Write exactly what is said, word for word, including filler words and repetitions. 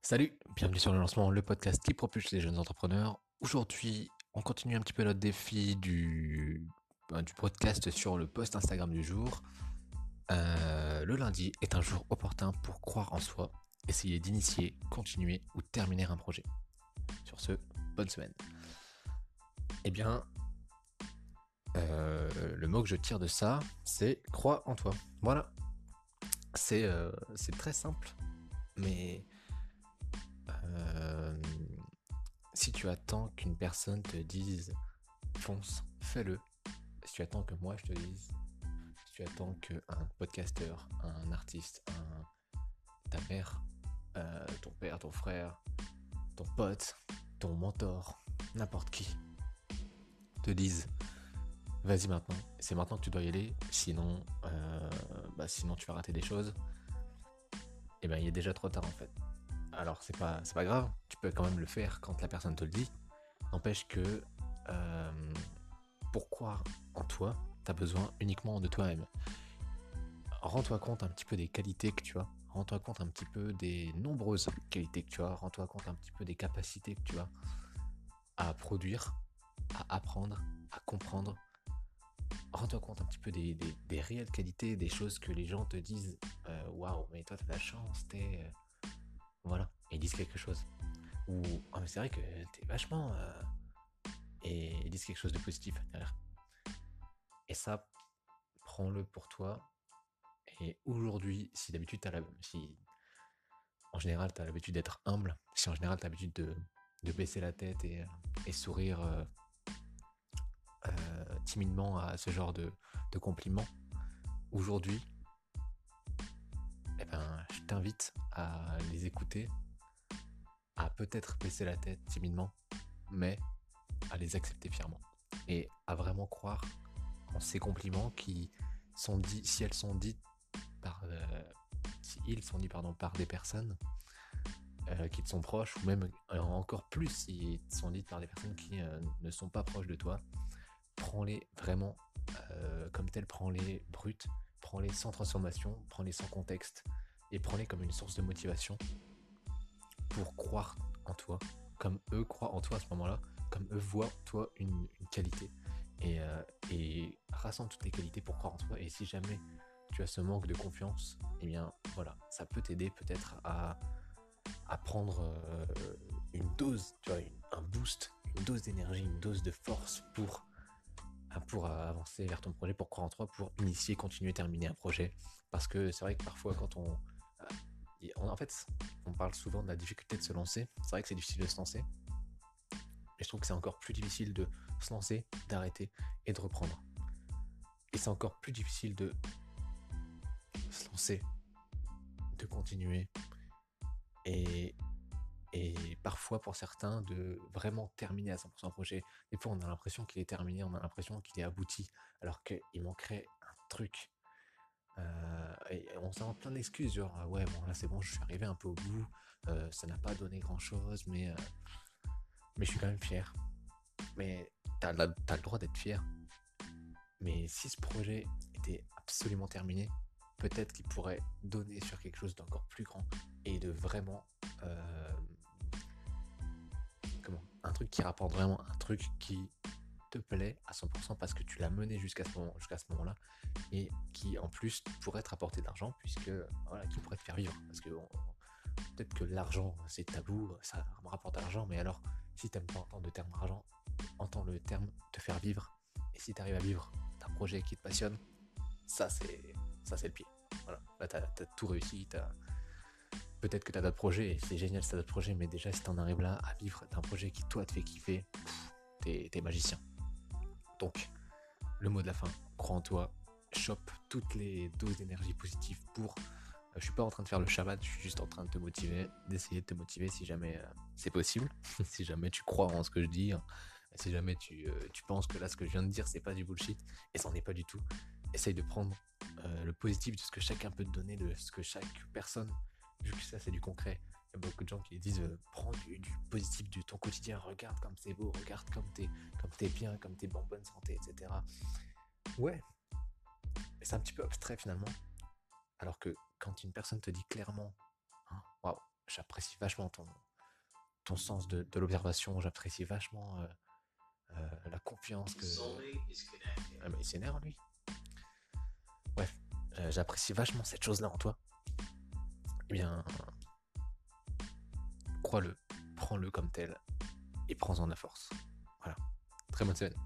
Salut, bienvenue sur le lancement, le podcast qui propulse les jeunes entrepreneurs. Aujourd'hui, on continue un petit peu notre défi du, ben, du podcast sur le post Instagram du jour. Euh, le lundi est un jour opportun pour croire en soi, essayer d'initier, continuer ou terminer un projet. Sur ce, bonne semaine. Eh bien, euh, le mot que je tire de ça, c'est crois en toi. Voilà, c'est euh, c'est très simple, mais euh, si tu attends qu'une personne te dise fonce, fais-le. Si tu attends que moi je te dise, si tu attends qu'un podcasteur, un artiste, un, ta mère, euh, ton père, ton frère, ton pote, ton mentor, n'importe qui, te dise vas-y maintenant, c'est maintenant que tu dois y aller, sinon, euh, bah sinon tu vas rater des choses, et ben il est déjà trop tard en fait. Alors c'est pas, c'est pas grave, tu peux quand même le faire quand la personne te le dit. N'empêche que euh, pour croire en toi, t'as besoin uniquement de toi-même. Rends-toi compte un petit peu des qualités que tu as. Rends-toi compte un petit peu des nombreuses qualités que tu as. Rends-toi compte un petit peu des capacités que tu as à produire, à apprendre, à comprendre. Rends-toi compte un petit peu des, des, des réelles qualités, des choses que les gens te disent euh, waouh, mais toi t'as de la chance, t'es. euh, Voilà. Et ils disent quelque chose. Ou oh, mais c'est vrai que t'es vachement. euh, Et ils disent quelque chose de positif derrière. Et ça, prends-le pour toi. Et aujourd'hui, si d'habitude t'as la. Si en général, tu as l'habitude d'être humble, si en général, tu as l'habitude de, de baisser la tête et, et sourire euh, euh, timidement à ce genre de, de compliments, aujourd'hui, eh ben, je t'invite à les écouter, à peut-être baisser la tête timidement, mais à les accepter fièrement. Et à vraiment croire en ces compliments qui sont dits, si elles sont dites par, euh, si ils sont dits pardon, par des personnes euh, qui te sont proches, ou même euh, encore plus s'ils sont dites par des personnes qui euh, ne sont pas proches de toi, prends-les vraiment euh, comme tels, prends-les brutes, prends-les sans transformation, prends-les sans contexte, et prends-les comme une source de motivation pour croire en toi, comme eux croient en toi à ce moment-là, comme eux voient en toi une, une qualité. Et, euh, et rassemble toutes les qualités pour croire en toi. Et si jamais tu as ce manque de confiance, eh bien voilà, ça peut t'aider peut-être à, à prendre euh, une dose, tu vois, une- un boost, une dose d'énergie, une dose de force pour, euh, pour euh, avancer vers ton projet, pour croire en toi, pour initier, continuer, terminer un projet. Parce que c'est vrai que parfois quand on... euh, on- en fait, on parle souvent de la difficulté de se lancer. C'est vrai que c'est difficile de se lancer. Mais je trouve que c'est encore plus difficile de se lancer, d'arrêter et de reprendre. Et c'est encore plus difficile de se lancer, de continuer et, et parfois pour certains de vraiment terminer à cent pour cent un projet. Des fois on a l'impression qu'il est terminé, on a l'impression qu'il est abouti, alors qu'il manquerait un truc. Euh, et on s'en plein d'excuses, genre ouais bon là c'est bon, je suis arrivé un peu au bout, euh, ça n'a pas donné grand chose, mais, euh, mais je suis quand même fier. Mais t'as, la- t'as le droit d'être fier. Mais si ce projet était absolument terminé, peut-être qu'il pourrait donner sur quelque chose d'encore plus grand et de vraiment euh, comment un truc qui rapporte vraiment un truc qui te plaît à cent pour cent parce que tu l'as mené jusqu'à ce moment jusqu'à ce moment-là et qui en plus pourrait te rapporter de l'argent puisque voilà qui pourrait te faire vivre parce que on- peut-être que l'argent c'est tabou, ça me rapporte de l'argent, mais alors si t'aimes pas entendre le terme argent, entends le terme te faire vivre, et si t'arrives à vivre d'un projet qui te passionne, ça c'est ça c'est le pied. Voilà, là t'as, t'as tout réussi, t'as... peut-être que t'as d'autres projets, et c'est génial si t'as d'autres projets, mais déjà si t'en arrives là à vivre d'un projet qui toi te fait kiffer, pff, t'es, t'es magicien. Donc, le mot de la fin, crois en toi, chope toutes les doses d'énergie positive pour... Euh, je suis pas en train de faire le Shabbat, je suis juste en train de te motiver, d'essayer de te motiver si jamais euh, c'est possible, si jamais tu crois en ce que je dis, hein, si jamais tu, euh, tu penses que là ce que je viens de dire c'est pas du bullshit, et c'en est pas du tout. Essaye de prendre euh, le positif de ce que chacun peut te donner, de ce que chaque personne, vu que ça c'est du concret. Il y a beaucoup de gens qui disent euh, prends du, du positif de ton quotidien, regarde comme c'est beau, regarde comme t'es, comme t'es bien, comme t'es en bonne santé, et cetera. Ouais, mais c'est un petit peu abstrait finalement. Alors que quand une personne te dit clairement, hein, waouh, j'apprécie vachement ton, ton sens de, de l'observation, j'apprécie vachement euh, euh, la confiance que... Ah bah il s'énerve lui. Bref, euh, j'apprécie vachement cette chose-là en toi. Eh bien, crois-le, prends-le comme tel et prends-en la force. Voilà, très bonne semaine.